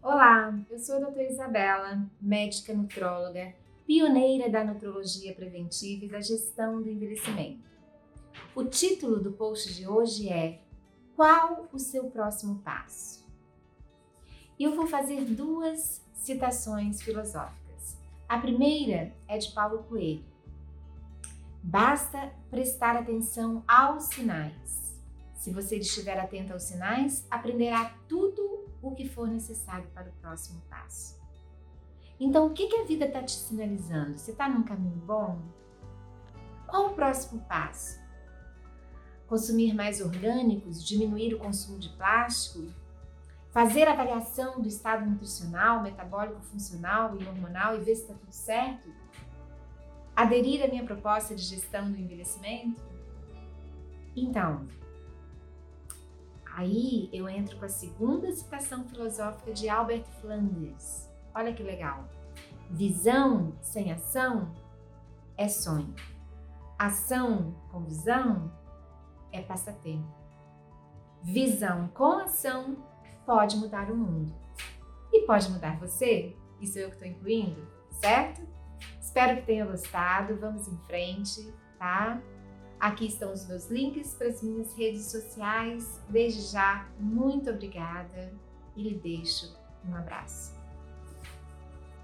Olá, eu sou a doutora Isabela, médica nutróloga, pioneira da nutrologia preventiva e da gestão do envelhecimento. O título do post de hoje é Qual o seu próximo passo? E eu vou fazer duas citações filosóficas. A primeira é de Paulo Coelho. Basta prestar atenção aos sinais. Se você estiver atento aos sinais, aprenderá tudo o que for necessário para o próximo passo. Então, o que a vida está te sinalizando? Você está num caminho bom? Qual o próximo passo? Consumir mais orgânicos, diminuir o consumo de plástico, fazer avaliação do estado nutricional, metabólico, funcional e hormonal e ver se está tudo certo? Aderir à minha proposta de gestão do envelhecimento? Então, aí eu entro com a segunda citação filosófica de Albert Flanders. Olha que legal. Visão sem ação é sonho. Ação com visão é passatempo. Visão com ação pode mudar o mundo. E pode mudar você? Isso eu que estou incluindo, certo? Espero que tenha gostado. Vamos em frente, tá? Aqui estão os meus links para as minhas redes sociais. Desde já, muito obrigada e lhe deixo um abraço.